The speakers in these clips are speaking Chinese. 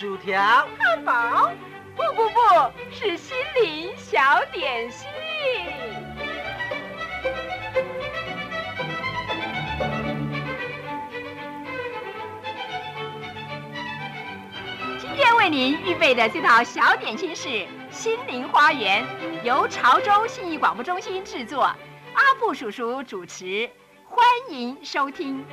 薯条、 汉堡，不，是心灵小点心。今天为您预备的这道小点心是心灵花园，由潮州信义广播中心制作，阿布叔叔主持，欢迎收听。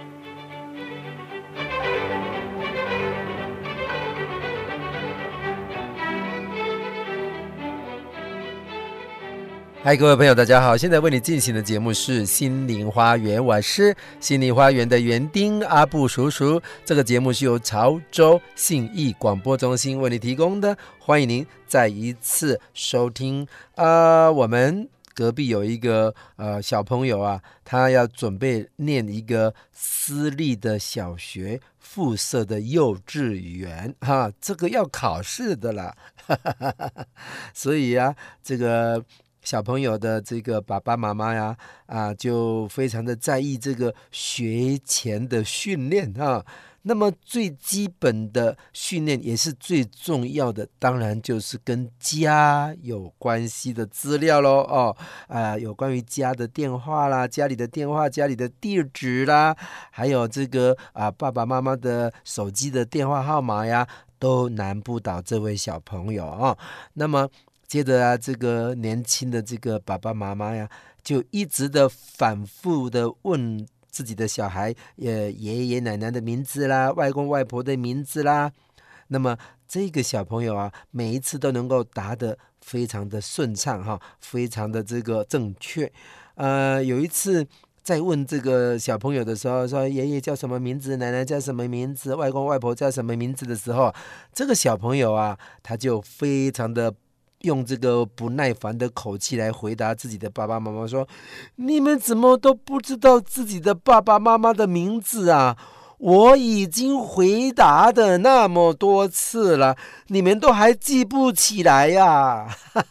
嗨，各位朋友，大家好！现在为你进行的节目是心灵花园，我是心灵花园的园丁阿布叔叔。这个节目是由潮州信义广播中心为你提供的，欢迎您再一次收听。我们隔壁有一个小朋友啊，他要准备念一个私立的小学附设的幼稚园哈，这个要考试的啦，所以啊，这个小朋友的这个爸爸妈妈呀，就非常的在意这个学前的训练啊。那么最基本的训练也是最重要的，当然就是跟家有关系的资料咯有关于家的电话啦，家里的电话、家里的地址啦，还有这个爸爸妈妈的手机的电话号码呀，都难不倒这位小朋友那么接着这个年轻的这个爸爸妈妈呀，就一直的反复的问自己的小孩爷爷奶奶的名字啦，外公外婆的名字啦。那么这个小朋友啊，每一次都能够答得非常的顺畅非常的这个正确。有一次在问这个小朋友的时候，说爷爷叫什么名字，奶奶叫什么名字，外公外婆叫什么名字的时候，这个小朋友啊，他就非常的用这个不耐烦的口气来回答自己的爸爸妈妈说，你们怎么都不知道自己的爸爸妈妈的名字啊？我已经回答的那么多次了，你们都还记不起来呀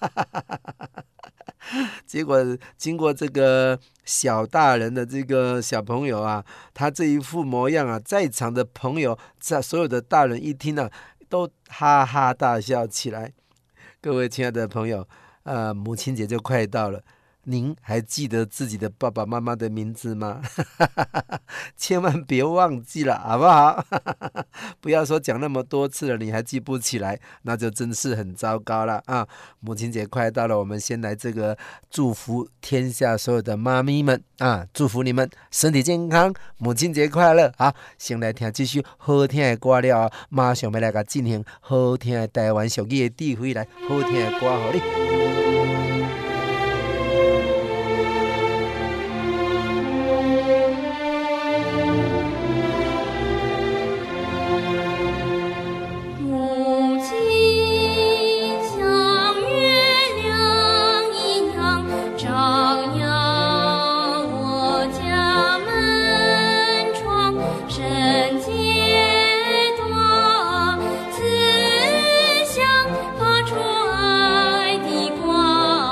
结果经过这个小大人的这个小朋友啊，他这一副模样啊，在场的朋友所有的大人一听啊，都哈哈大笑起来。各位亲爱的朋友，母亲节就快到了，您还记得自己的爸爸妈妈的名字吗？千万别忘记了，好不好？不要说讲那么多次了，你还记不起来，那就真是很糟糕了啊！母亲节快到了，我们先来这个祝福天下所有的妈咪们祝福你们身体健康，母亲节快乐啊！先来听这首好听的歌了，马上要来给进行好听的台湾俗语的智慧来，好听的歌给你。 发出爱的光。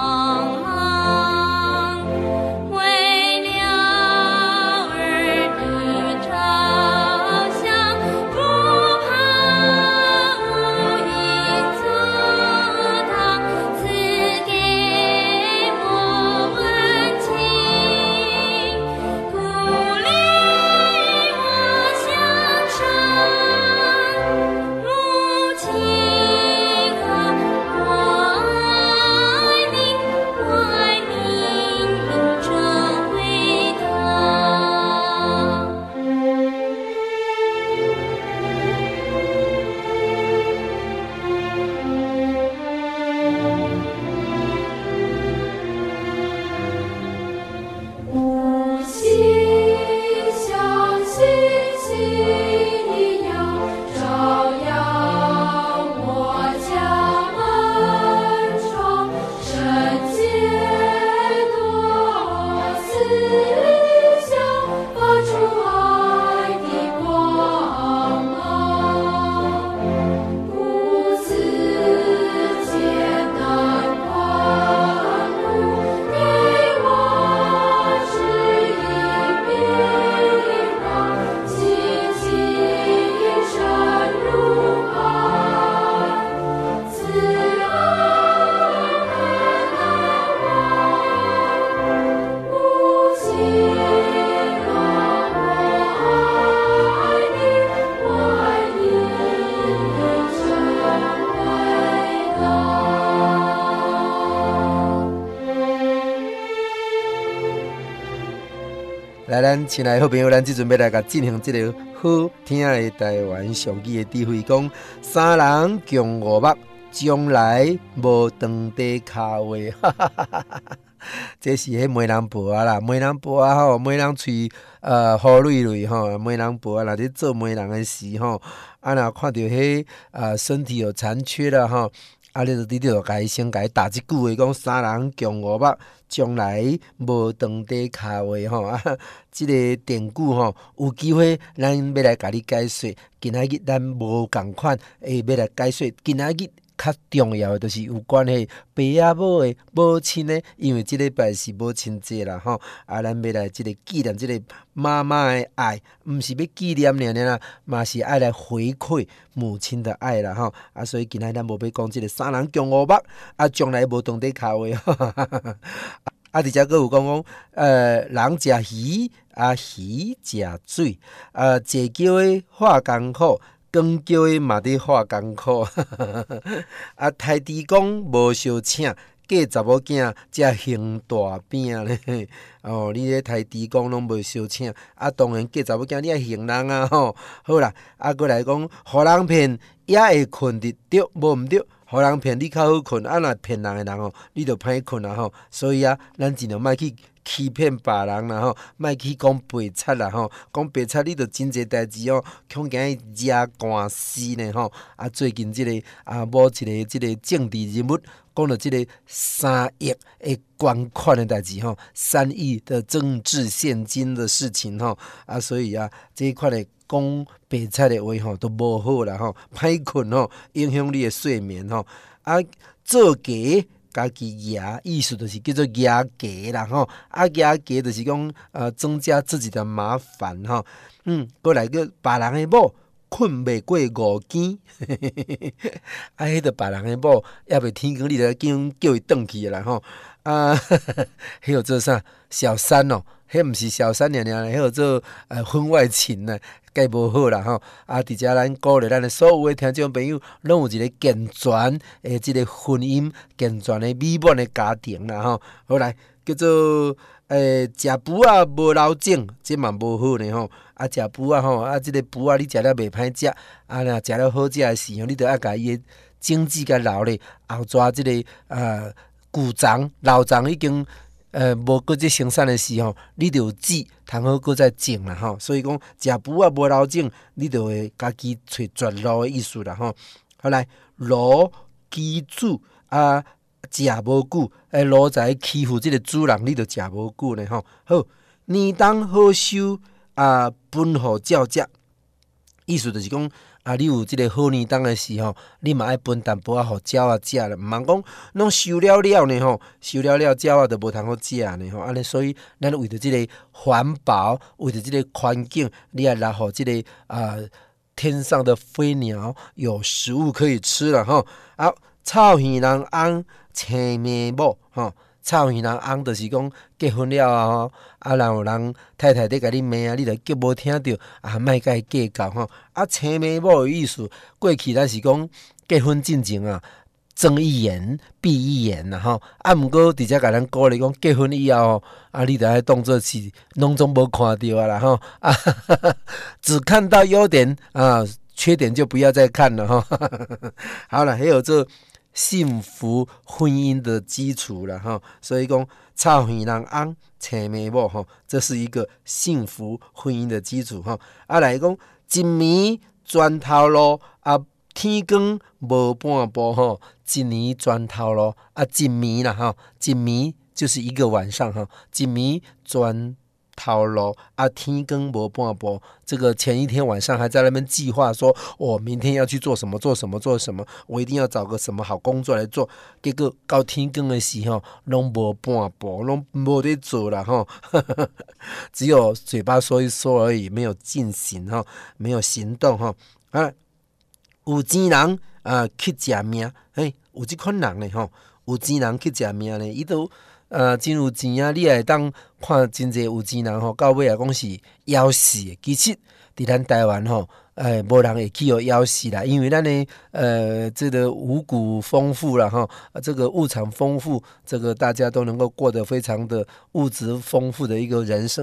来，咱亲爱好朋友，咱即阵要来甲进行即个好听的台湾俗语的智慧，讲三人共五目，将来无长地骹位。这是迄媒人婆啦，媒人婆吼，媒人喙好蕊蕊吼，媒人婆若咧做媒人的时吼，若看到迄身体有残缺啦吼。你就甲伊先甲伊打一句话，讲三人共五目，将来无长地骹位吼。即个典故吼，有机会咱要来甲你解说。今仔日咱无共款，要来解说。今仔日较重要的就是有关系爸仔母的母亲的，因为即礼拜是母亲节啦吼。咱要来即个纪念即个妈妈的爱，毋是要纪念尔啦，嘛是爱来回馈母亲的爱啦吼。所以今仔咱无要讲即个三人共五目，将来无长地骹位吼。而且佫有讲人食鱼，鱼食水，坐轿的化工苦。光叫伊嘛伫化艰苦，台猪公无相请，嫁查某囝才行大饼咧。你咧台猪公拢无相请，当然嫁查某囝你爱行人啊吼。好啦，过来讲，互人骗也会困得对，无毋对。互人骗你较好困，若骗人的人吼，你就歹困啊吼。所以咱尽量莫去欺骗别人啦吼，莫去讲白贼啦吼，讲白贼你着真侪代志哦，恐惊伊惹官司呢吼。最近即个某一个即个政治人物讲到即个3亿的捐款的代志吼，3亿的政治现金的事情吼，所以这款的讲白贼的话吼都无好啦吼，歹困吼，影响你的睡眠吼。做假家己牙，意思就是叫做牙假啦吼。牙假就是讲增加自己的麻烦吼。过来个别人的某困袂过5更，迄个别人的某也袂天光，你就叫伊转去啦吼。迄个做啥小三哦？迄毋是小三尔，迄个做婚外情呢，计无好啦吼。而且咱鼓励咱的所有的听众朋友，拢有一个健全的即个婚姻，健全的美满的家庭啦吼。好来，叫做食饭无留种，这嘛无好呢吼。食饭吼，即个饭你食了袂歹食，若食了好食的时候，你着爱甲伊的经济甲留咧，后抓即个旧账老账已经无搁即生产的时候，你着有籽通好搁再种啦吼。所以讲食饭无留种，你着会家己找绝路的意思啦吼。好来，罗基主食无久，奴才欺负即个主人，你着食无久呢吼。好，年冬好收分互鸟食，意思就是讲你有即个好年冬的时候，你嘛爱分淡薄互鸟食啦，毋通讲拢收了呢吼，收了鸟就无通好食呢吼。安尼，所以咱为着即个环保，为着即个环境，你也来互即个天上的飞鸟有食物可以吃了吼。臭耳人翁青面某吼，臭耳人翁就是讲结婚了吼，若有人太太在甲你骂你着叫无听着莫甲伊计较吼。青面某的意思，过去咱是讲结婚进前睁一眼闭一眼啦吼。毋过直接甲咱鼓励讲，结婚以后你着爱当作是拢总无看到啦吼。只看到优点缺点就不要再看了哈。好了，还有这幸福婚姻的基础了哈。所以讲臭耳人翁青面某哈，这是一个幸福婚姻的基础哈。来讲一暝全头路天光无半步哈，一年全头路一暝啦哈，一暝就是一个晚上哈，一暝全头路天光无半步。这个前一天晚上还在那边计划说，我明天要去做什么，我一定要找个什么好工作来做。结果到天光的时候，拢无半步，拢无在做啦吼。只有嘴巴说一说而已，没有进行哈，没有行动哈。有钱人去食命，有这款人呢吼，有钱人去食命呢，伊都真有钱你也会当看真侪有钱人吼，到尾讲是夭死的。其实伫咱台湾吼，无人会去夭死啦，因为咱的这个五谷丰富啦吼，这个物产丰富，这个大家都能够过得非常的物质丰富的一个人生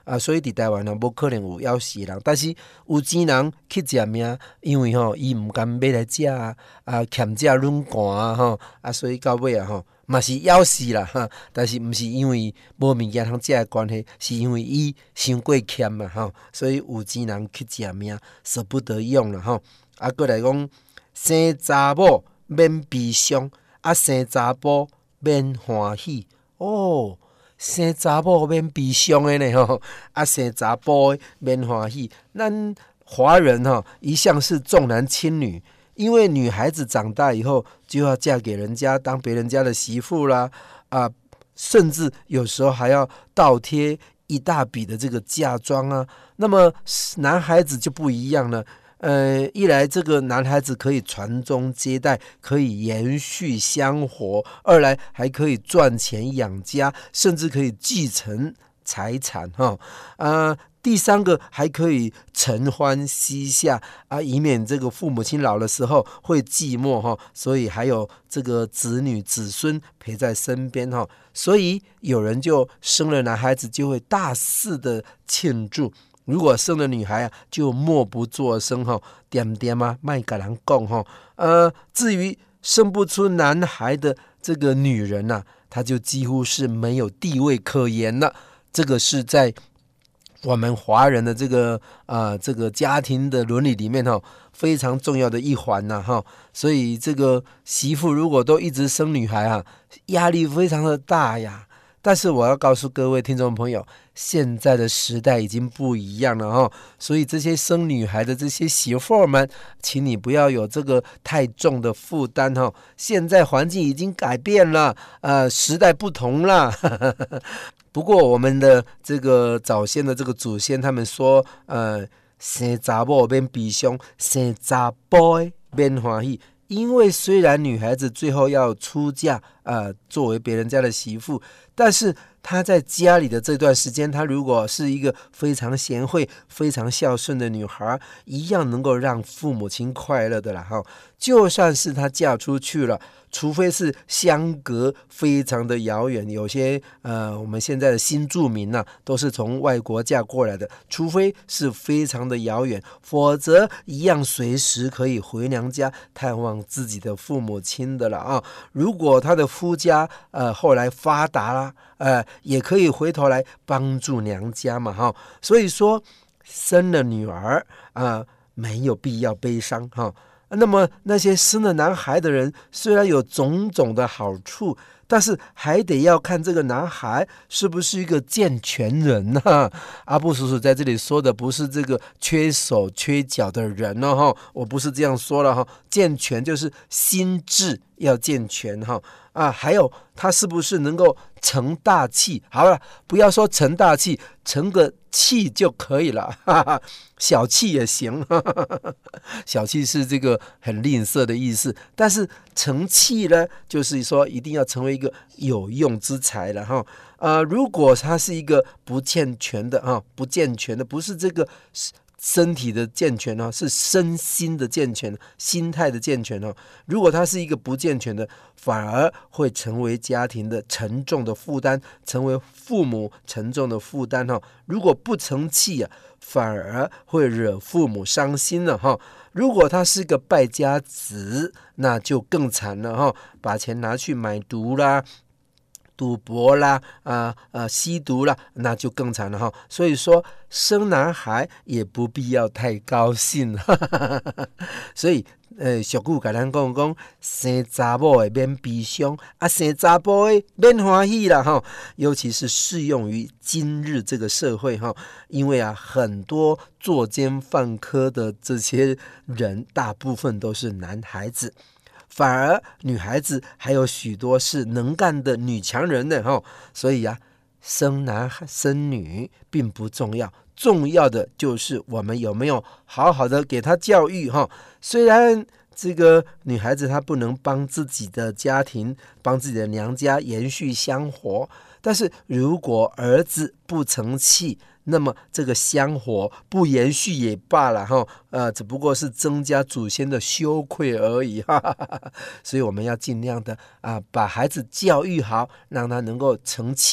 所以伫台湾无可能有枵死的人，但是有钱人去食命，因为伊毋甘买来食欠食软寒所以到尾嘛是枵死啦但是毋是因为无物件通食的关系，是因为伊伤过欠嘛所以有钱人去食命，舍不得用啦过来讲，生查某免悲伤，生查甫免欢喜生查某免悲伤的呢生查甫免欢喜。咱华人一向是重男轻女，因为女孩子长大以后就要嫁给人家，当别人家的媳妇啦甚至有时候还要倒贴一大笔的这个嫁妆那么男孩子就不一样了。一来这个男孩子可以传宗接代，可以延续香火；二来还可以赚钱养家，甚至可以继承财产第三个还可以承欢膝下以免这个父母亲老的时候会寂寞所以还有这个子女子孙陪在身边所以有人就生了男孩子就会大肆的庆祝，如果生了女孩就默不作声点点别跟人讲至于生不出男孩的这个女人她就几乎是没有地位可言了。这个是在我们华人的这个家庭的伦理里面非常重要的一环所以这个媳妇如果都一直生女孩压力非常的大呀。但是我要告诉各位听众朋友，现在的时代已经不一样了所以这些生女孩的这些媳妇们，请你不要有这个太重的负担现在环境已经改变了时代不同了不过我们的这个早先的这个祖先他们说生查某免悲伤，生查甫免欢喜。因为虽然女孩子最后要出嫁作为别人家的媳妇，但是她在家里的这段时间，她如果是一个非常贤惠非常孝顺的女孩，一样能够让父母亲快乐的啦就算是她嫁出去了，除非是相隔非常的遥远，有些我们现在的新住民都是从外国嫁过来的，除非是非常的遥远，否则一样随时可以回娘家探望自己的父母亲的了如果他的夫家后来发达了也可以回头来帮助娘家嘛所以说生了女儿没有必要悲伤那么那些生了男孩的人，虽然有种种的好处，但是还得要看这个男孩是不是一个健全人阿布叔叔在这里说的不是这个缺手缺脚的人我不是这样说了健全就是心智要健全还有他是不是能够成大器，好了，不要说成大器，成个器就可以了小气也行小气是这个很吝啬的意思，但是成器呢，就是说一定要成为一个有用之才了如果他是一个不健全的不是这个身体的健全是身心的健全，心态的健全如果他是一个不健全的，反而会成为家庭的沉重的负担，成为父母沉重的负担如果不成器反而会惹父母伤心了如果他是个败家子，那就更惨了把钱拿去买毒啦赌博啦吸毒啦，那就更惨了所以说生男孩也不必要太高兴所以俗语跟咱讲生查某的免悲伤生查甫的免欢喜啦尤其是适用于今日这个社会因为很多作奸犯科的这些人大部分都是男孩子，反而女孩子还有许多是能干的女强人呢所以生男生女并不重要，重要的就是我们有没有好好的给她教育虽然这个女孩子她不能帮自己的家庭帮自己的娘家延续香火，但是如果儿子不成器，那么这个香火不延续也罢了只不过是增加祖先的羞愧而已所以我们要尽量的把孩子教育好，让他能够成器，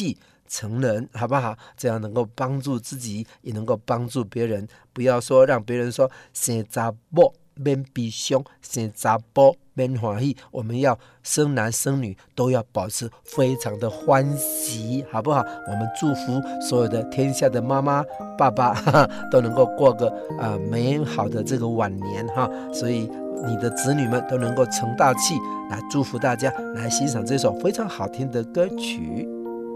成人，好不好？这样能够帮助自己，也能够帮助别人。不要说让别人说生查某免悲伤，生查甫免欢喜。我们要生男生女都要保持非常的欢喜，好不好？我们祝福所有的天下的妈妈爸爸都能够过个美好的这个晚年哈。所以你的子女们都能够成大器，来祝福大家，来欣赏这首非常好听的歌曲。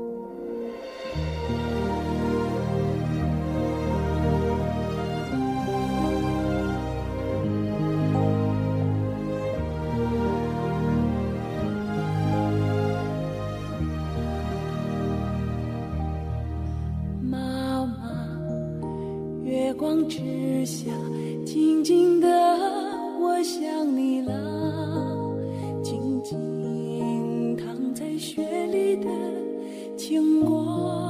妈妈，月光之下，静静的我想你了，静静躺在雪里的牵挂。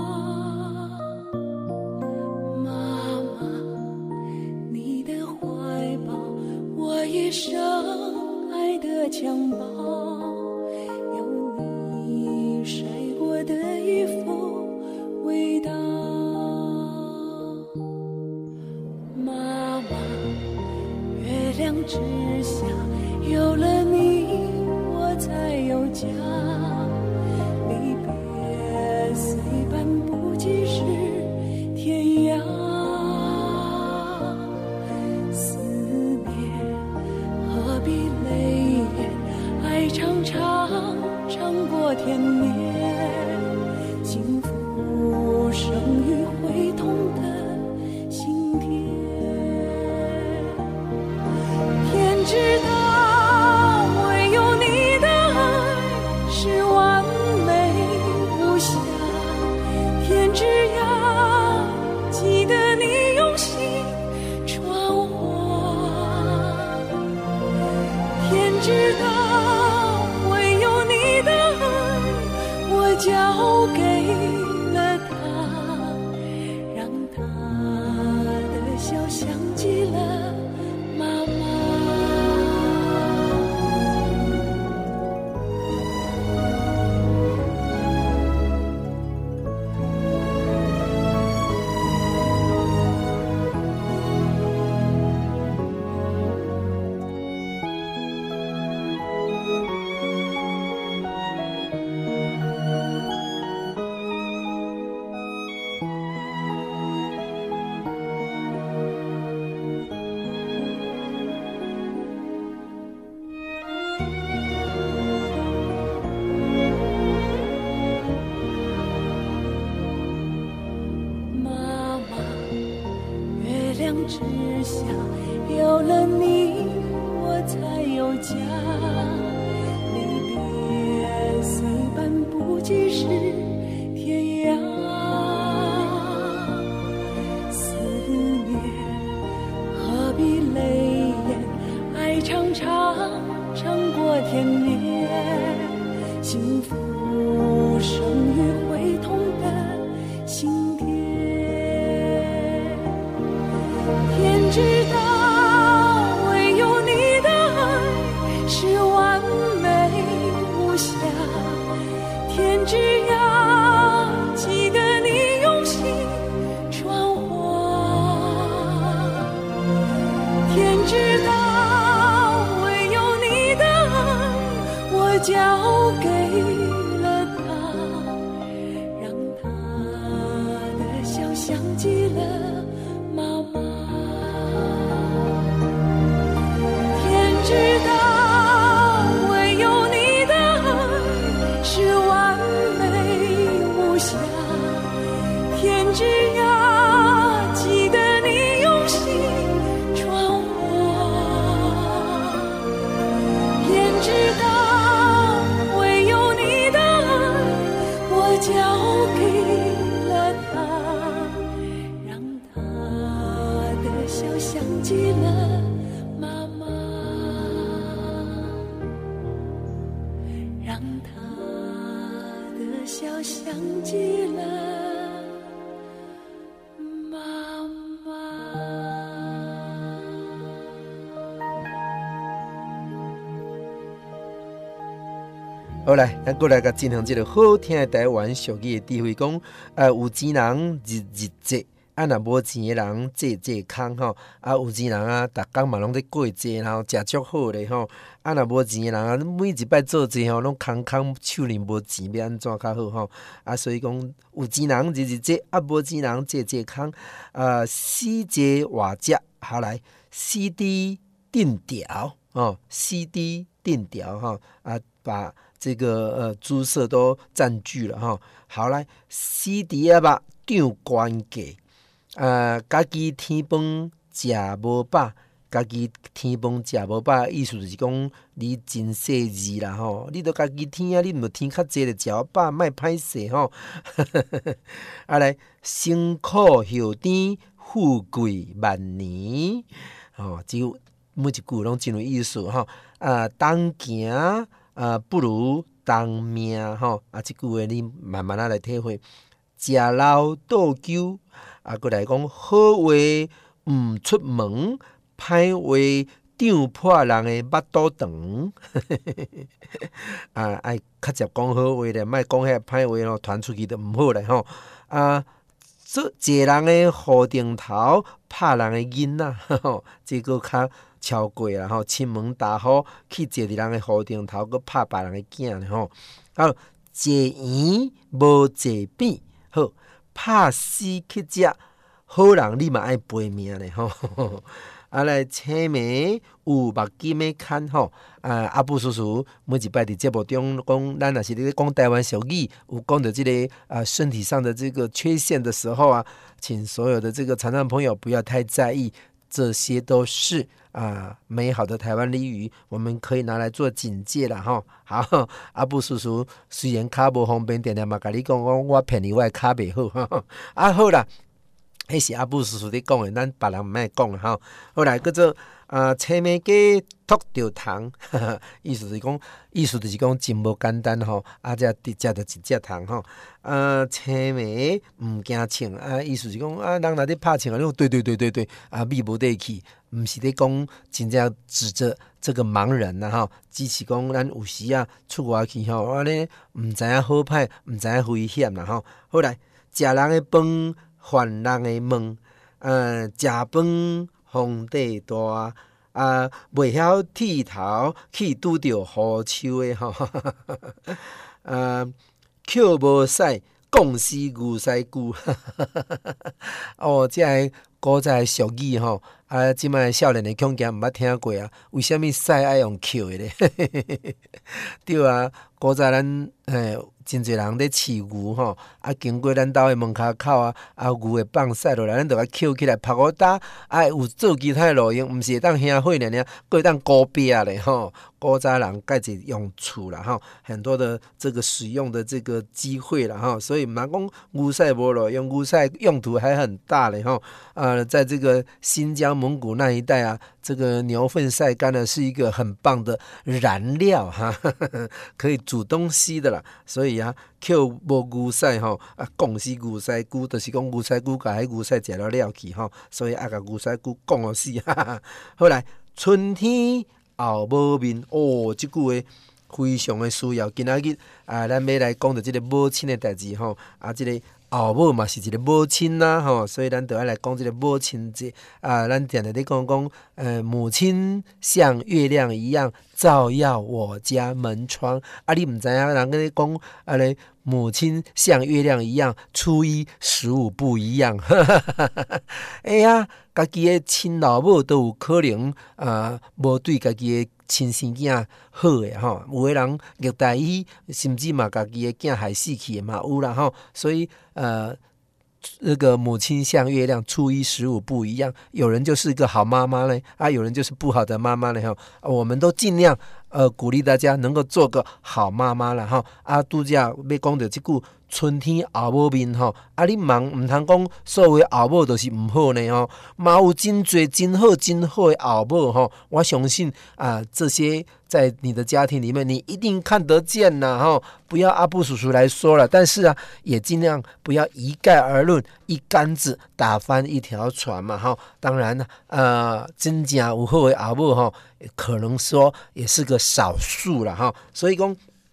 妈妈，你的怀抱，我也深爱的襁褓，有你晒过的衣服味道。妈妈，月亮之下，有了你我才有家，离别虽半步即是天涯，思念何必泪眼，爱长长长过天年，幸福生于会痛的心田。天知道唯有你的爱是完美无瑕，天之涯记得你用心传话，天知道唯有你的爱我交给了他，让他的笑像极了妈妈。之下，有了你我才有家，离别虽半步即是天涯，思念何必泪眼，爱长长长过天年，幸福生于会痛的心田。天知道唯有你的爱是完美无瑕，天之涯记得你用心传话，天知道唯有你的爱我交给了他，让他的笑像极了妈妈。知道唯有你的爱是完美无瑕，天之涯记得你用心传话，天知道唯有你的爱我交给了他，让他的笑像极了妈妈，让他的笑像极了妈妈。 好来，咱过来甲进行这个好听的台湾俗语的智慧，讲有钱人日日节。若无钱的人坐坐空吼，有钱人啊，逐工嘛拢在过节，然后食足好咧吼。若无钱的人啊，每一摆做节吼，拢空手里无钱，要安怎较好吼？所以讲有钱人日日节，无钱人坐坐空。四节话食，好来，四肢定调哦，四肢定调哈把这个姿色都占据了哈。好来，四肢啊吧，长关节。家己天饭食无饱，家己天饭食无饱，意思就是讲你真细致啦吼，你都家己天啊，你毋着天较济就食饱，莫歹势吼。来，辛苦后天，富贵万年。只有每一句拢真有意思吼。当行不如当命吼。这句话你慢慢来体会。食老倒酒。过来讲好话毋出门，歹话长破人的腹肚肠。爱较接讲好话咧，莫讲遐歹话咯，传出去就毋好咧吼。坐人的河顶头，拍人的囡仔，这个较超过啦吼。亲门大户去坐伫人的河顶头，佮拍别人的囝咧吼。坐圆无坐扁，好。拍死去食，好人你嘛爱赔命咧吼。来，青梅有目金的看吼。阿布叔叔每一摆伫节目中讲，咱若是咧讲台湾俗语，有讲到这个身体上的这个缺陷的时候啊，请所有的这个残障朋友不要太在意，这些都是美好的台湾俚语，我们可以拿来做警戒啦吼。好，阿布叔叔虽然脚无方便，定嘛甲你讲我骗你，我的脚袂好。好啦，迄是阿布叔叔咧讲的，咱别人毋爱讲啦吼。好来，叫做青梅鸡吐着糖，意思就是讲真无简单吼。这直接就一只糖吼。青梅毋惊称，意思是讲人若咧拍称你讲对，咪无得去。毋是咧讲真正指着这个盲人啦吼，只是讲咱有时出外去吼，咧毋知影好歹，毋知影危险啦吼。好来，食人的饭，还人的问，食饭皇帝大，袂晓剃头，去拄着雨手的吼。口无屎，讲死牛屎久。这个古早俗语吼，即摆少年的恐惊毋捌听过啊？为虾米屎爱用扣的咧？对啊，古早咱真侪人咧饲牛吼，经过咱兜的门口口牛会放屎落来，咱就甲扣起来拍鼓打，有做其他的路用，毋是会当兄火尔，佫会当高壁咧吼。古早人介济用厝啦吼，很多的这个使用的这个机会啦吼，所以毋通讲牛屎无路用，牛屎用途还很大咧吼。在这个新疆、蒙古那一带这个牛粪晒干呢，是一个很棒的燃料可以煮东西的啦。所以扣无牛屎吼，讲死牛屎久，就是讲牛屎久，甲迄牛屎食了去吼，所以甲牛屎久讲了死。好来，春天后无面即句话非常的需要。今仔日咱要来讲到这个母亲的代志吼，这个后母嘛是一个母亲啦吼，所以咱就要来讲这个母亲节。咱常常咧讲母亲像月亮一样照耀我家门窗。你唔知影人跟你讲咧，母亲像月亮一样，初一15不一样。家己的亲老母都有可能无对家己的亲生囝好诶吼，有诶人虐待伊，甚至嘛家己的囝害死去诶嘛有啦吼，所以那个母亲像月亮，初一15不一样。有人就是一个好妈妈嘞，有人就是不好的妈妈嘞吼。我们都尽量鼓励大家能够做个好妈妈啦吼。拄则要讲到这句春天后母面吼，你毋通讲所有的后母都是毋好呢吼，嘛有真侪真好的后母吼。我相信这些在你的家庭里面，你一定看得见啦吼。不要阿布叔叔来说了，但是也尽量不要一概而论，一竿子打翻一条船嘛吼。当然真正有好的后母吼，可能说也是个少数啦吼。所以讲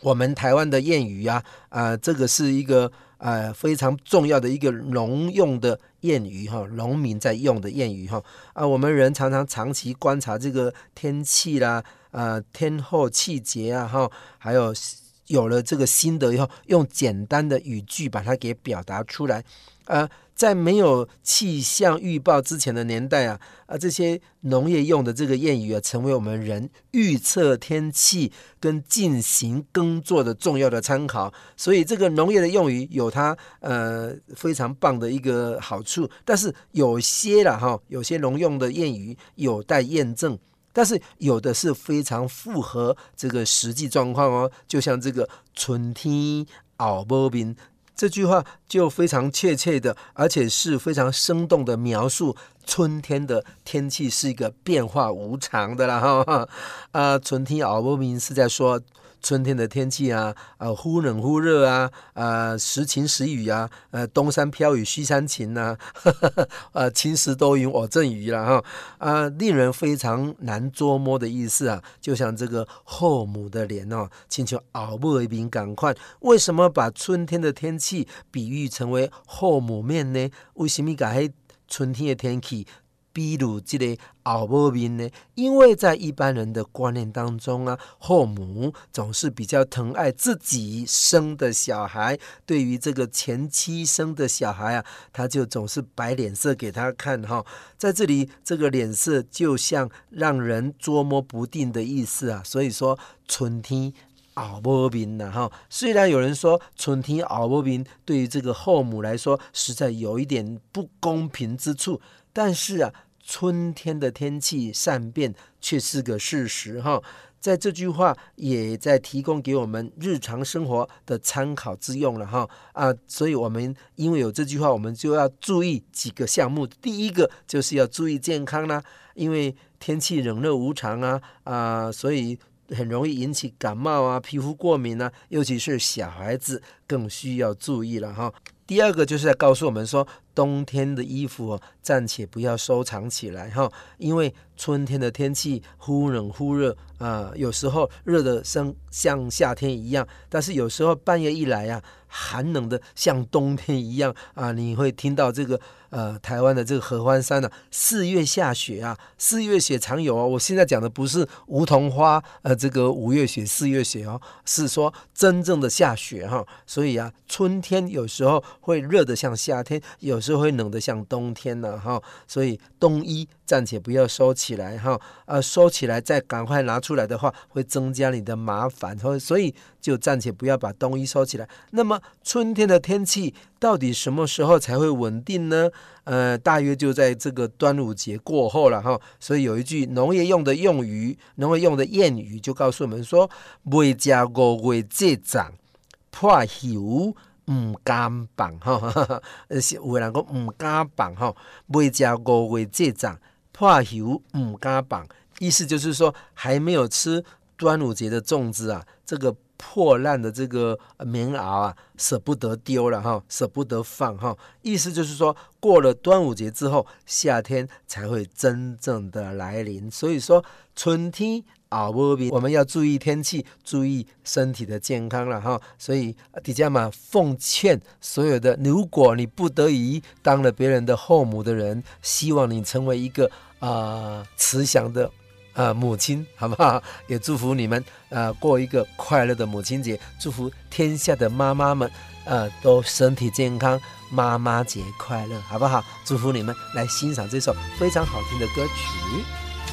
我们台湾的谚语啊，这个是一个非常重要的一个农用的谚语哈，农民在用的谚语哈我们人常常长期观察这个天气啦，天候气节啊哈，还有了这个心得以后，用简单的语句把它给表达出来。在没有气象预报之前的年代这些农业用的这个谚语成为我们人预测天气跟进行耕作的重要的参考。所以这个农业的用语有它非常棒的一个好处，但是有些农用的谚语有待验证。但是有的是非常符合这个实际状况就像这个春天后无眠这句话就非常确切的，而且是非常生动的描述春天的天气是一个变化无常的啦春天后无眠是在说春天的天气忽冷忽热时晴时雨东山飘雨西山晴晴时多云偶阵雨令人非常难捉摸的意思就像这个后母的脸亲像后母的面同款。为什么把春天的天气比喻成为后母面呢？为什么把春天的天气比如这个后母面呢？因为在一般人的观念当中后母总是比较疼爱自己生的小孩，对于这个前妻生的小孩他就总是摆脸色给他看在这里这个脸色就像让人捉摸不定的意思所以说春天后母面虽然有人说春天后母面对于这个后母来说实在有一点不公平之处，但是春天的天气善变却是个事实在这句话也在提供给我们日常生活的参考之用了所以我们因为有这句话，我们就要注意几个项目。第一个就是要注意健康啦，因为天气冷热无常所以很容易引起感冒皮肤过敏尤其是小孩子更需要注意了第二个就是在告诉我们说，冬天的衣服暂且不要收藏起来因为春天的天气忽冷忽热有时候热的像夏天一样，但是有时候半夜一来寒冷的像冬天一样你会听到这个台湾的这个合欢山4月下雪4月雪常有我现在讲的不是梧桐花这个5月雪4月雪是说真正的下雪所以春天有时候会热的像夏天，有时候会冷的像冬天所以冬衣暂且不要收起来收起来再赶快拿出来的话会增加你的麻烦，所以就暂且不要把冬衣收起来。那么春天的天气到底什么时候才会稳定呢？大约就在这个端午节过后了所以有一句农业用的谚语就告诉我们说，未食5月节长破油唔敢放有人说唔敢放未食5月节长破油唔敢放，意思就是说还没有吃端午节的粽子这个破烂的这个棉袄舍不得丢了舍不得放意思就是说过了端午节之后夏天才会真正的来临。所以说春天后母面我们要注意天气，注意身体的健康了所以底下奉劝所有的如果你不得已当了别人的后母的人，希望你成为一个慈祥的母亲，好不好？也祝福你们过一个快乐的母亲节，祝福天下的妈妈们都身体健康，妈妈节快乐，好不好？祝福你们来欣赏这首非常好听的歌曲。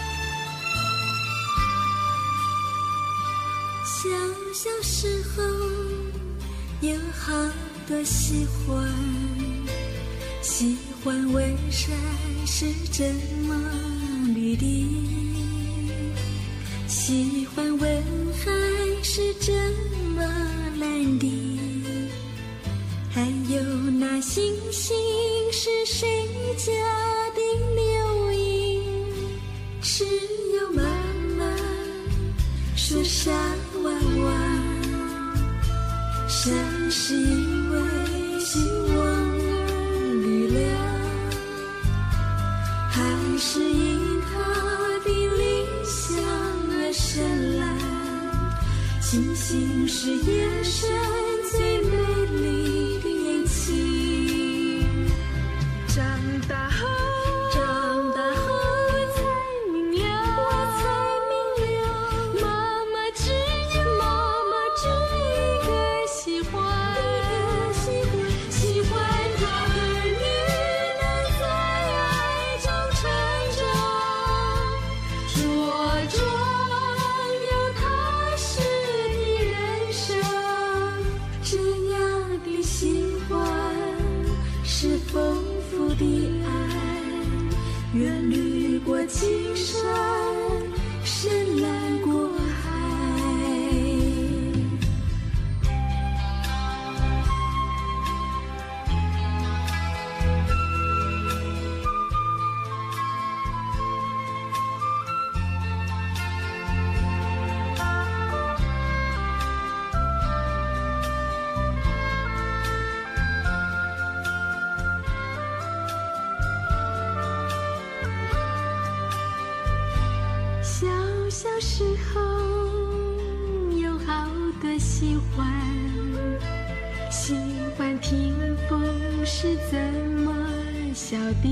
小小时候有好多喜欢为山是这么绿的，喜欢问海是这么蓝的，还有那星星是谁家的流萤，是有妈妈说沙弯弯，山是因为希望而绿了，还是因他的理想而深蓝， 星星是夜深最美丽的眼睛。长大后我才明了，妈妈只一个喜欢她的儿女能在爱中成长，茁壮有踏实的人生。这样的喜欢是丰富的爱，远滤过青山，深蓝过海。小时候有好多喜欢听风是怎么笑的，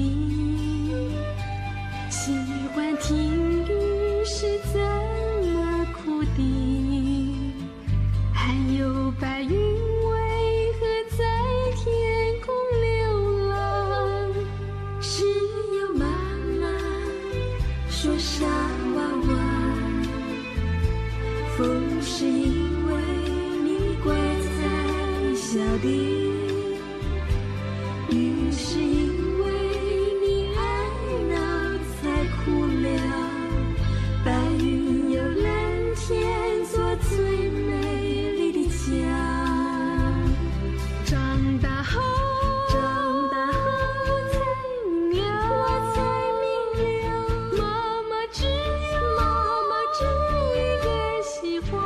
喜欢听雨是怎么哭的，还有白云为何在天空流浪，只有妈妈说傻娃娃，风是因为你乖才笑的，雨是因为你爱闹才哭了，白云有蓝天做最美丽的家。长大后我才明了，妈妈只一个喜欢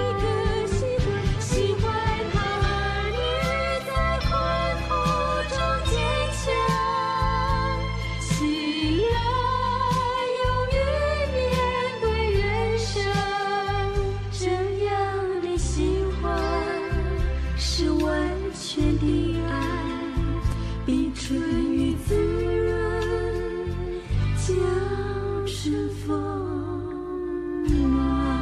她儿女在困苦中坚强，喜乐勇于面对人生。这样的喜欢是完全的爱，比春雨滋润江春风暖。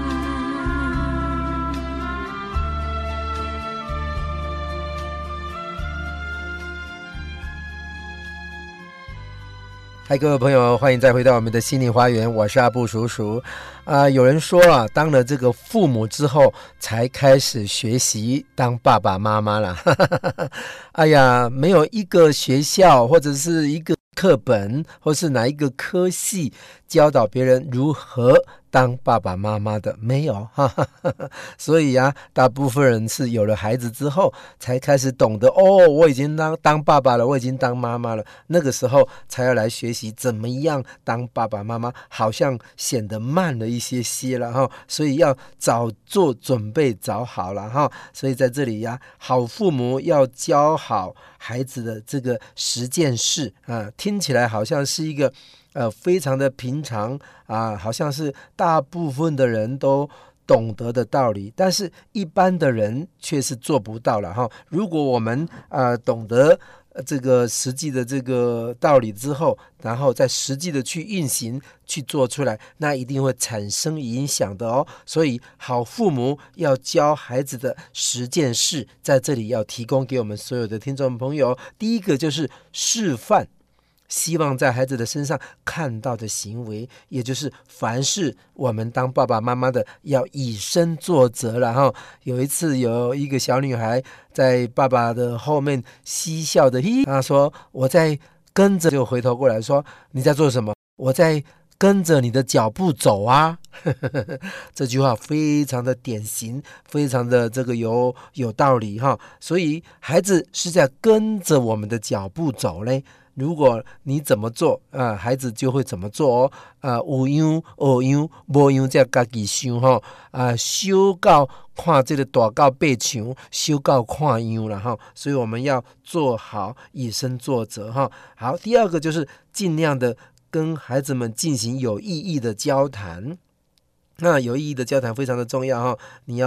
嗨，各位朋友，欢迎再回到我们的心灵花园，我是阿布叔叔。有人说啊，当了这个父母之后，才开始学习当爸爸妈妈啦。哎呀，没有一个学校或者是一个课本或是哪一个科系教导别人如何当爸爸妈妈的，没有。所以啊，大部分人是有了孩子之后才开始懂得，哦，我已经当爸爸了，我已经当妈妈了，那个时候才要来学习怎么样当爸爸妈妈，好像显得慢了一些了哈，所以要早做准备，早好了哈。所以在这里呀，好父母要教好孩子的这个10件事啊，听起来好像是一个非常的平常啊，好像是大部分的人都懂得的道理，但是一般的人却是做不到了哈。如果我们懂得这个实际的这个道理之后，然后再实际的去运行去做出来，那一定会产生影响的哦。所以好父母要教孩子的10件事，在这里要提供给我们所有的听众朋友。第一个就是示范，希望在孩子的身上看到的行为，也就是凡是我们当爸爸妈妈的要以身作则了哈。有一次有一个小女孩在爸爸的后面嬉笑的她说我在跟着，就回头过来说你在做什么？我在跟着你的脚步走啊。这句话非常的典型，非常的这个有道理哈。所以孩子是在跟着我们的脚步走嘞。如果你怎么做孩子就会怎么做哦。有样学样，无样才自己想吼。小到看这个大到爬墙，小到看样啦哈。所以我们要做好以身作则哈。好，第二个就是尽量的跟孩子们进行有意义的交谈。那有意义的交谈非常的重要哈，你要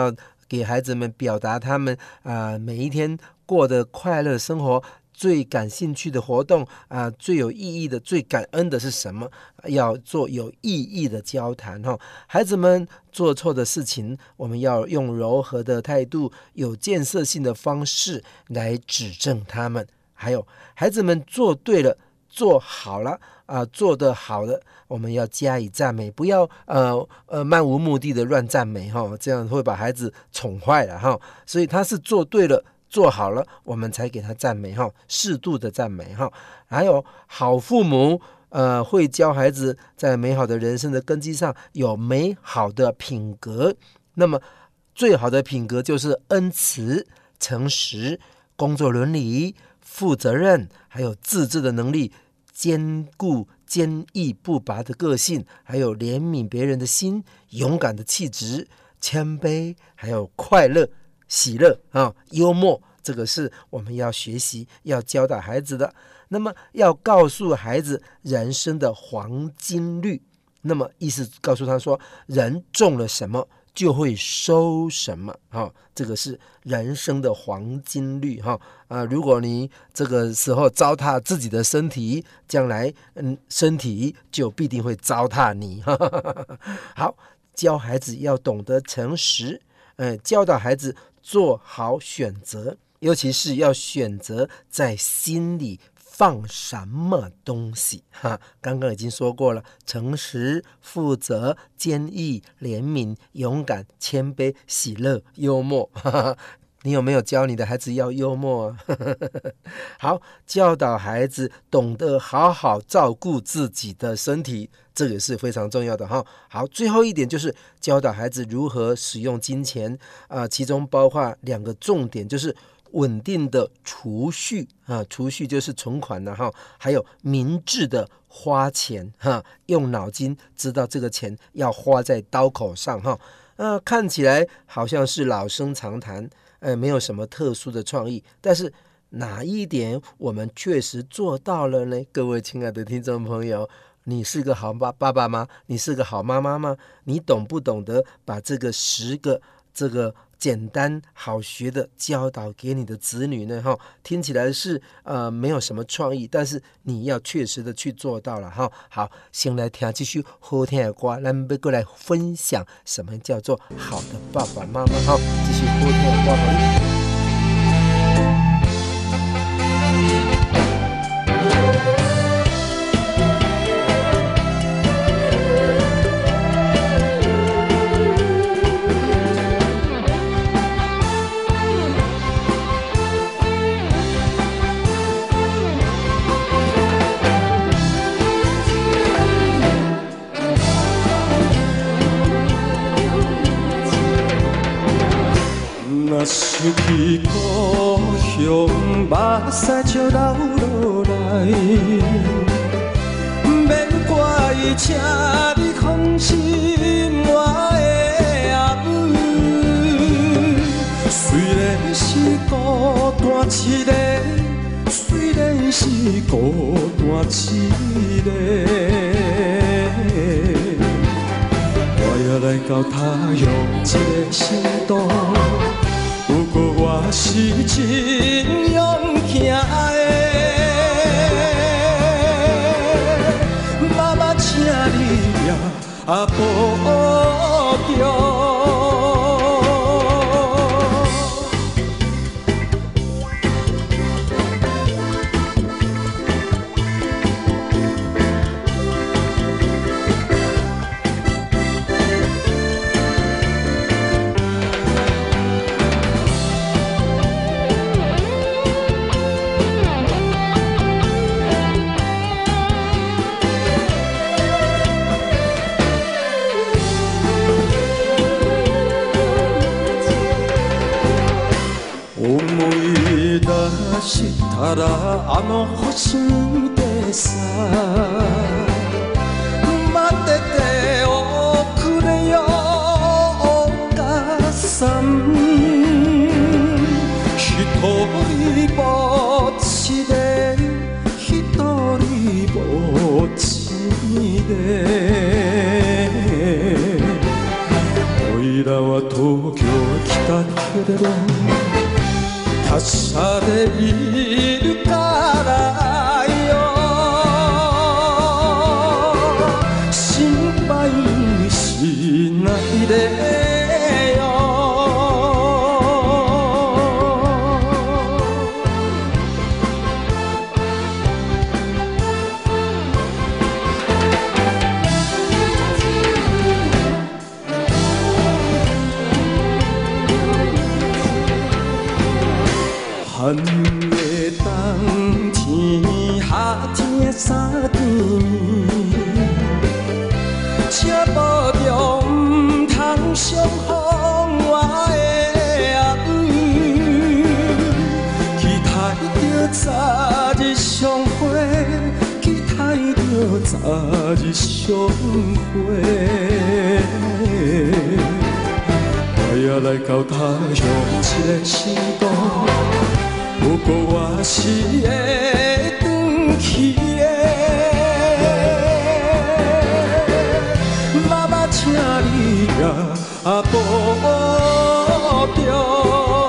给孩子们表达他们每一天过的快乐生活，最感兴趣的活动最有意义的、最感恩的是什么？要做有意义的交谈孩子们做错的事情，我们要用柔和的态度、有建设性的方式来指正他们。还有孩子们做对了、做好了做得好的，我们要加以赞美，不要漫无目的的乱赞美这样会把孩子宠坏了所以他是做对了、做好了，我们才给他赞美适度的赞美还有好父母会教孩子在美好的人生的根基上有美好的品格。那么最好的品格就是恩慈、诚实、工作伦理、负责任，还有自制的能力，坚固坚毅不拔的个性，还有怜悯别人的心，勇敢的气质，谦卑，还有快乐喜乐幽默，这个是我们要学习要教导孩子的。那么要告诉孩子人生的黄金律，那么意思告诉他说，人种了什么就会收什么这个是人生的黄金律如果你这个时候糟蹋自己的身体，将来身体就必定会糟蹋你好，教孩子要懂得诚实教导孩子做好选择，尤其是要选择在心里放什么东西刚刚已经说过了，诚实、负责、坚毅、怜悯、勇敢、谦卑、喜乐、幽默你有没有教你的孩子要幽默好，教导孩子懂得好好照顾自己的身体，这个是非常重要的好，最后一点就是教导孩子如何使用金钱其中包括2个重点，就是稳定的储蓄储蓄就是存款还有明智的花钱用脑筋知道这个钱要花在刀口上看起来好像是老生常谈没有什么特殊的创意，但是哪一点我们确实做到了呢？各位亲爱的听众朋友，你是个好爸爸吗？你是个好妈妈吗？你懂不懂得把这个10个这个简单好学的教导给你的子女呢听起来是没有什么创意，但是你要确实的去做到了好，先来听这首好听的歌，我们要过来分享什么叫做好的爸爸妈妈这首好听的歌想起故乡，目屎就流落来，免怪请你放心我的阿母。虽然是孤单一个，虽然是孤单一个，我也来到他乡这个城都。不过我是真勇行的，妈妈请你也保重。あの星でさ待ってておくれよお母さん一人ぼっちで一人ぼっちでおいらは東京来たを他者でいるからよ心配しないで寒的冬天夏天三更车无着唔通伤风我的阿妹期待着早日相会期待着早日相会我也来到他乡一个成功不过我是会回去的，妈妈，请你也保重。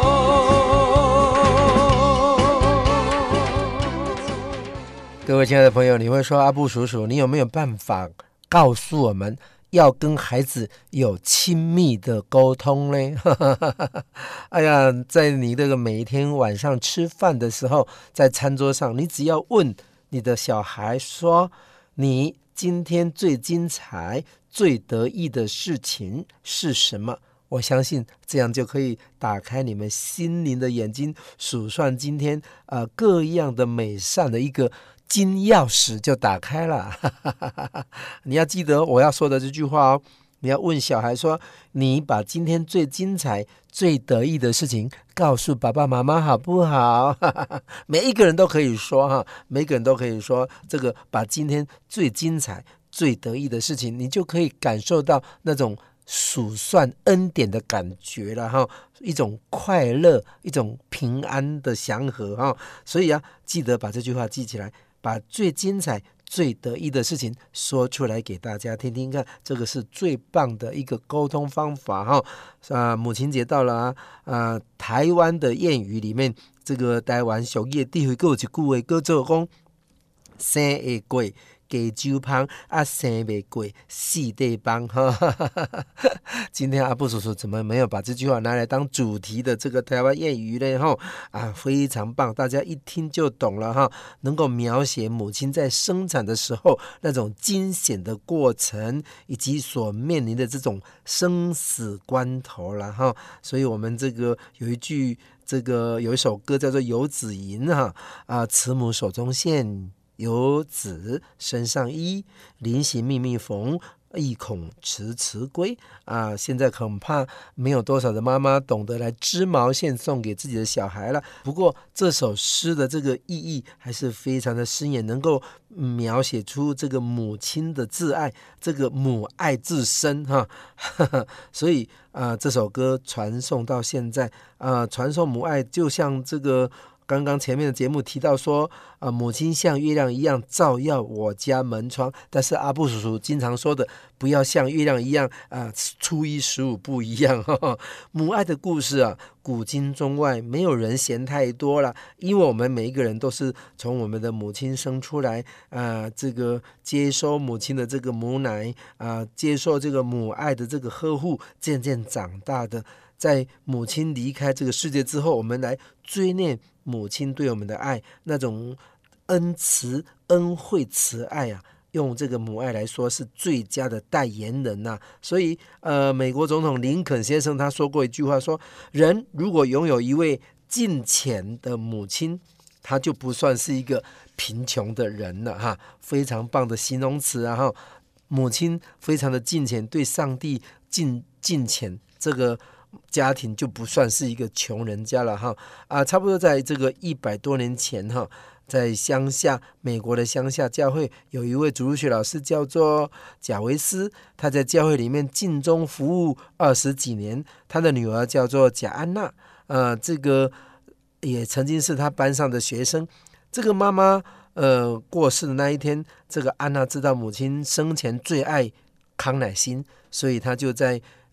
各位亲爱的朋友，你会说阿布叔叔，你有没有办法告诉我们？要跟孩子有亲密的沟通呢？哎呀，在你这个每一天晚上吃饭的时候，在餐桌上，你只要问你的小孩说，你今天最精彩、最得意的事情是什么？我相信这样就可以打开你们心灵的眼睛，数算今天各样的美善的一个金钥匙就打开了。你要记得我要说的这句话哦，你要问小孩说，你把今天最精彩最得意的事情告诉爸爸妈妈好不好？每一个人都可以说哈，每个人都可以说这个，把今天最精彩最得意的事情，你就可以感受到那种数算恩典的感觉了哈，一种快乐，一种平安的祥和哈。所以记得把这句话记起来，把最精彩最得意的事情说出来给大家听听看，这个是最棒的一个沟通方法哈。母亲节到了台湾的谚语里面，这个台湾俗语的还有一句话叫做讲生会过加酒香生未过四地帮。今天阿布叔叔怎么没有把这句话拿来当主题的这个台湾谚语呢？非常棒，大家一听就懂了哈，能够描写母亲在生产的时候那种惊险的过程，以及所面临的这种生死关头了哈。所以我们这个有一首歌叫做《游子吟》慈母手中线，游子身上衣，临行密密缝，意恐迟迟归现在恐怕没有多少的妈妈懂得来织毛线送给自己的小孩了。不过这首诗的这个意义还是非常的深远，能够描写出这个母亲的挚爱，这个母爱至深所以这首歌传颂到现在传颂母爱，就像这个刚刚前面的节目提到说母亲像月亮一样照耀我家门窗，但是阿布叔叔经常说的不要像月亮一样初一十五不一样母爱的故事古今中外没有人嫌太多了，因为我们每一个人都是从我们的母亲生出来这个接收母亲的这个母奶接受这个母爱的这个呵护，渐渐长大的。在母亲离开这个世界之后，我们来追念母亲对我们的爱，那种恩慈恩惠慈爱用这个母爱来说是最佳的代言人所以美国总统林肯先生他说过一句话，说人如果拥有一位敬虔的母亲，他就不算是一个贫穷的人了非常棒的形容词母亲非常的敬虔，对上帝敬虔，这个家庭就不算是一个穷人家了差不多在这个100多年前在乡下，美国的乡下教会有一位主日学老师叫做贾维斯，他在教会里面尽忠服务20几年，他的女儿叫做贾安娜这个也曾经是他班上的学生。这个妈妈过世的那一天，这个安娜知道母亲生前最爱康乃馨，所以她就在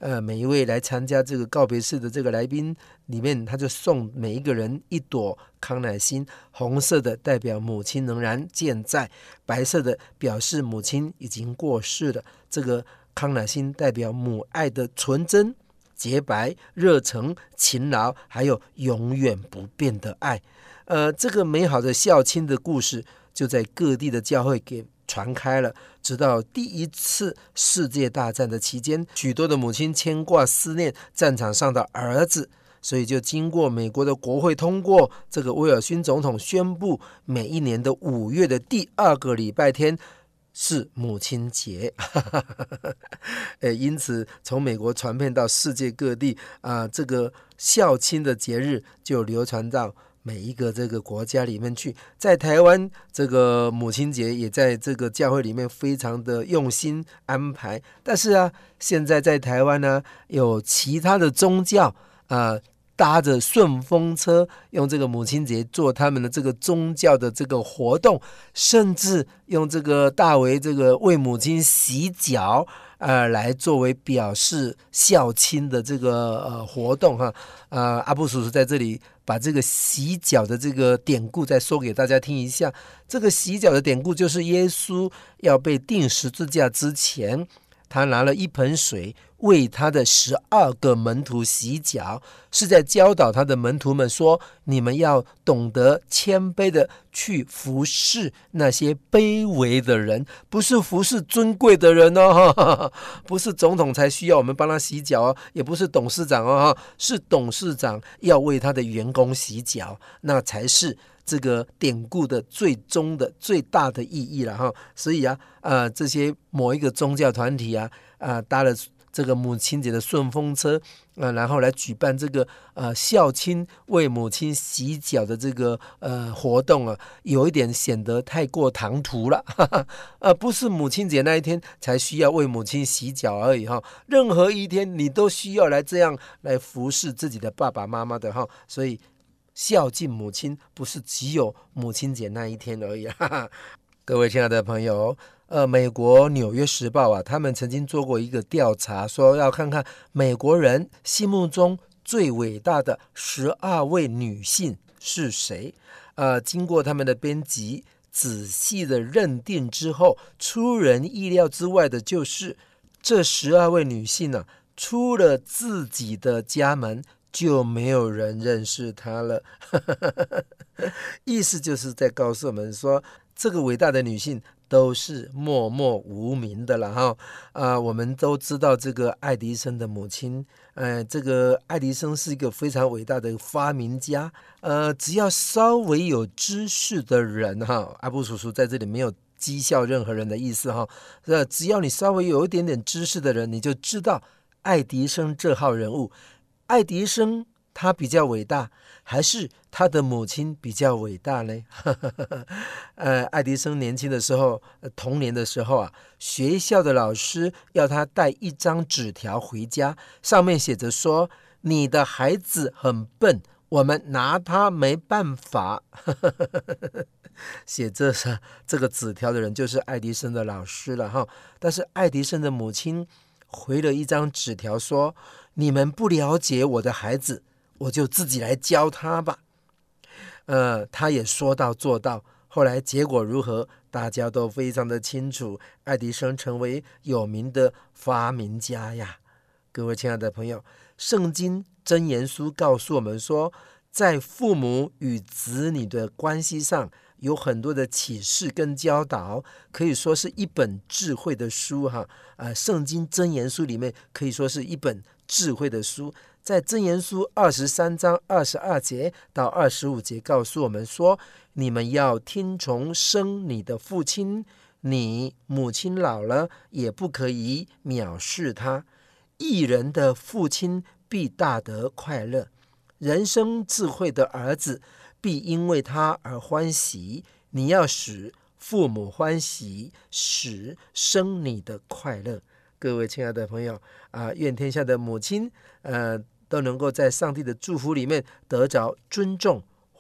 每一位来参加这个告别式的这个来宾里面，他就送每一个人一朵康乃馨，红色的代表母亲仍然健在，白色的表示母亲已经过世了。这个康乃馨代表母爱的纯真、洁白、热诚、勤劳，还有永远不变的爱。这个美好的孝亲的故事就在各地的教会给传开了，直到第一次世界大战的期间，许多的母亲牵挂思念战场上的儿子，所以就经过美国的国会通过，这个威尔逊总统宣布每一年的5月的第2个礼拜天是母亲节因此从美国传遍到世界各地这个孝亲的节日就流传到每一个这个国家里面去。在台湾，这个母亲节也在这个教会里面非常的用心安排。但是现在在台湾呢，有其他的宗教搭着顺风车，用这个母亲节做他们的这个宗教的这个活动，甚至用这个大为这个为母亲洗脚来作为表示孝亲的这个活动阿布叔叔在这里把这个洗脚的这个典故再说给大家听一下。这个洗脚的典故就是耶稣要被钉十字架之前，他拿了一盆水为他的12个门徒洗脚，是在教导他的门徒们说，你们要懂得谦卑的去服侍那些卑微的人，不是服侍尊贵的人不是总统才需要我们帮他洗脚也不是董事长是董事长要为他的员工洗脚，那才是这个典故的最终的最大的意义了所以这些某一个宗教团体搭了这个母亲节的顺风车然后来举办这个孝亲为母亲洗脚的这个活动有一点显得太过唐突了不是母亲节那一天才需要为母亲洗脚而已任何一天你都需要来这样来服侍自己的爸爸妈妈的所以孝敬母亲不是只有母亲节那一天而已各位亲爱的朋友美国纽约时报他们曾经做过一个调查，说要看看美国人心目中最伟大的12位女性是谁经过他们的编辑仔细的认定之后，出人意料之外的就是这12位女性出了自己的家门就没有人认识她了意思就是在告诉我们说，这个伟大的女性都是默默无名的了我们都知道这个爱迪生的母亲这个爱迪生是一个非常伟大的发明家只要稍微有知识的人阿布叔叔在这里没有讥笑任何人的意思只要你稍微有一点点知识的人，你就知道爱迪生这号人物。爱迪生他比较伟大，还是他的母亲比较伟大呢爱迪生年轻的时候童年的时候学校的老师要他带一张纸条回家，上面写着说，你的孩子很笨，我们拿他没办法写这个纸条的人就是爱迪生的老师了但是爱迪生的母亲回了一张纸条说，你们不了解我的孩子，我就自己来教他吧他也说到做到，后来结果如何大家都非常的清楚，爱迪生成为有名的发明家呀。各位亲爱的朋友，圣经箴言书告诉我们说，在父母与子女的关系上有很多的启示跟教导，可以说是一本智慧的书圣经箴言书里面可以说是一本智慧的书。在箴言书23章22节到25节告诉我们说，你们要听从生你的父亲，你母亲老了也不可以藐视他，义人的父亲必大得快乐，人生智慧的儿子必因为他而欢喜，你要使父母欢喜，使生你的快乐。各位亲爱的朋友愿天下的母亲都能够在上帝的祝福里面得着尊重、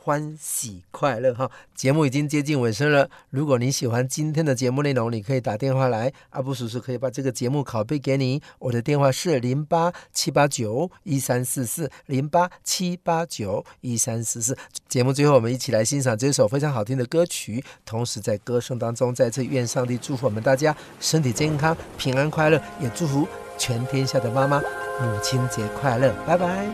欢喜快乐哈。节目已经接近尾声了，如果你喜欢今天的节目内容，你可以打电话来，阿布叔叔可以把这个节目拷贝给你。我的电话是08-789-1344，08-789-1344。节目最后我们一起来欣赏这首非常好听的歌曲，同时在歌声当中再次愿上帝祝福我们大家身体健康、平安快乐，也祝福全天下的妈妈母亲节快乐，拜拜。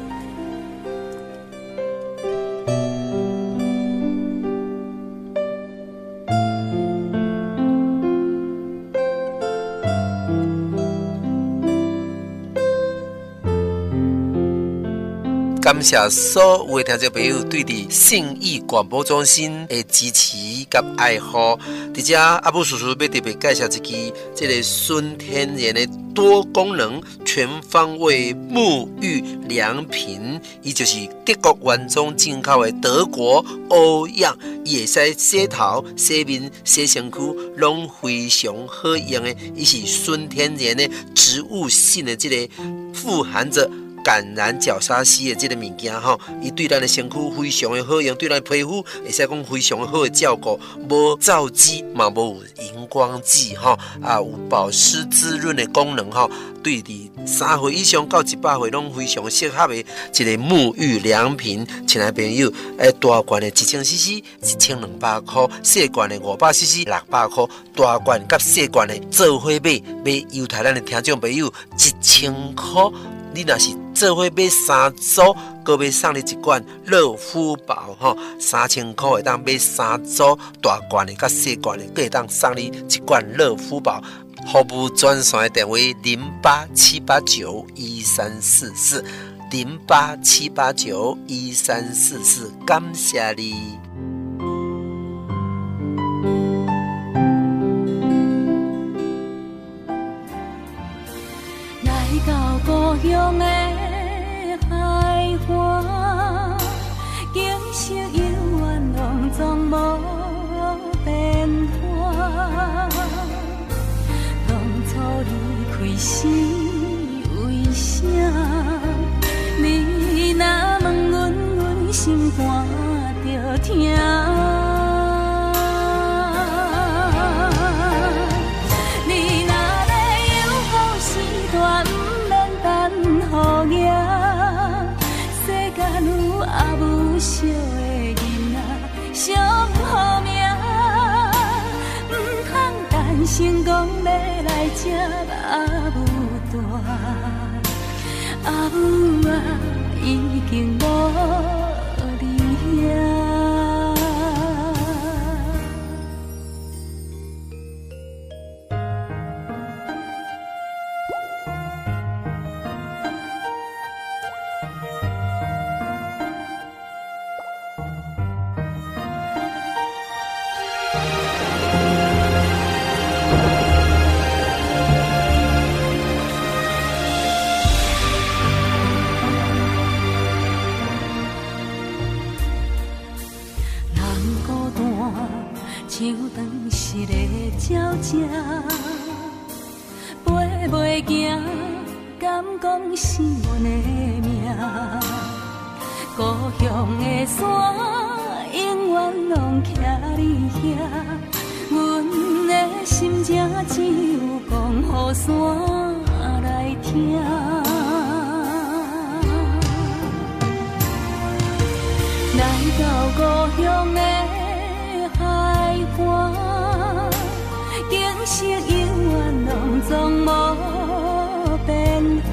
感谢所有的听众朋友对伫信义广播中心的支持及爱护。在这阿布叔叔要特别介绍一支这个纯天然的多功能全方位沐浴良品，伊就是德国原装进口的德国欧漾，伊会使洗头、洗面、洗身躯，拢非常好用的。伊是纯天然的植物性的这个富含着感染角鲨烯的这个物件吼，伊对咱的身躯非常的好用，对咱的皮肤会使讲非常好的照顾，无皂基嘛，无荧光剂吼，有保湿滋润的功能吼，对伫3岁以上到100岁拢非常适合的一个沐浴良品。亲爱朋友，大罐的1000cc1200块，小罐的500cc600块，大罐甲小罐的做伙买优待咱的听众朋友1000块。你若是做伙买3组，搁要送你一罐热敷宝吼，3000块会当买3组，大罐的甲小罐的，搁会当送你一罐热敷宝。服务专线的电话08-789-1344，08-789-1344，感谢你。 故乡的海岸，景色悠远，拢总无变化。当初离开时，为啥？你若问阮，阮心肝着疼。小的囡仔上好命，唔通单身讲要来接阿母大，阿母啊已经无伫遐。像当时的鸟只，飞袂行，敢讲是阮的命。故乡的山，永远拢徛伫遐。阮的心情只有讲予山来听。来到故乡的海岸，景色永远拢总无变化。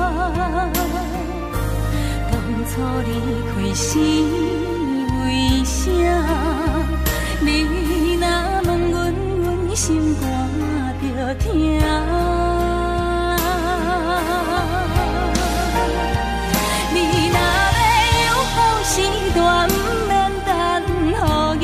当初离开时，为啥？你若问阮，阮心肝着疼。你若要有好时段，不免等予赢。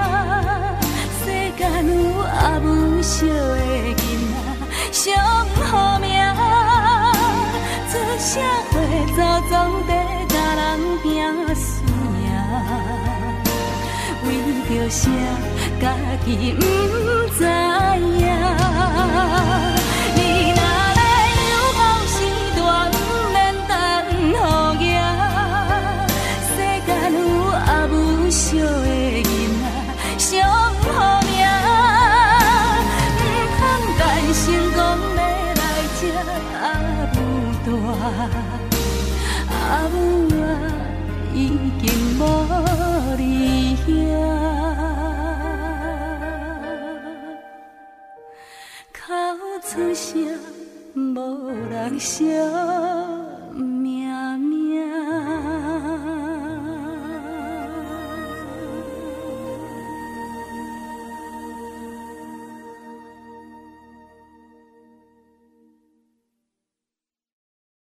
有阿母小的囡仔上好命，出社会早总得甲人拼输赢，为着啥家己不知影？你若要有好时段，不免等予赢，世间有阿母。 惜的囡仔上好命，不通等成功要来这阿母大，阿母啊已经无你遐，口出声无人晓。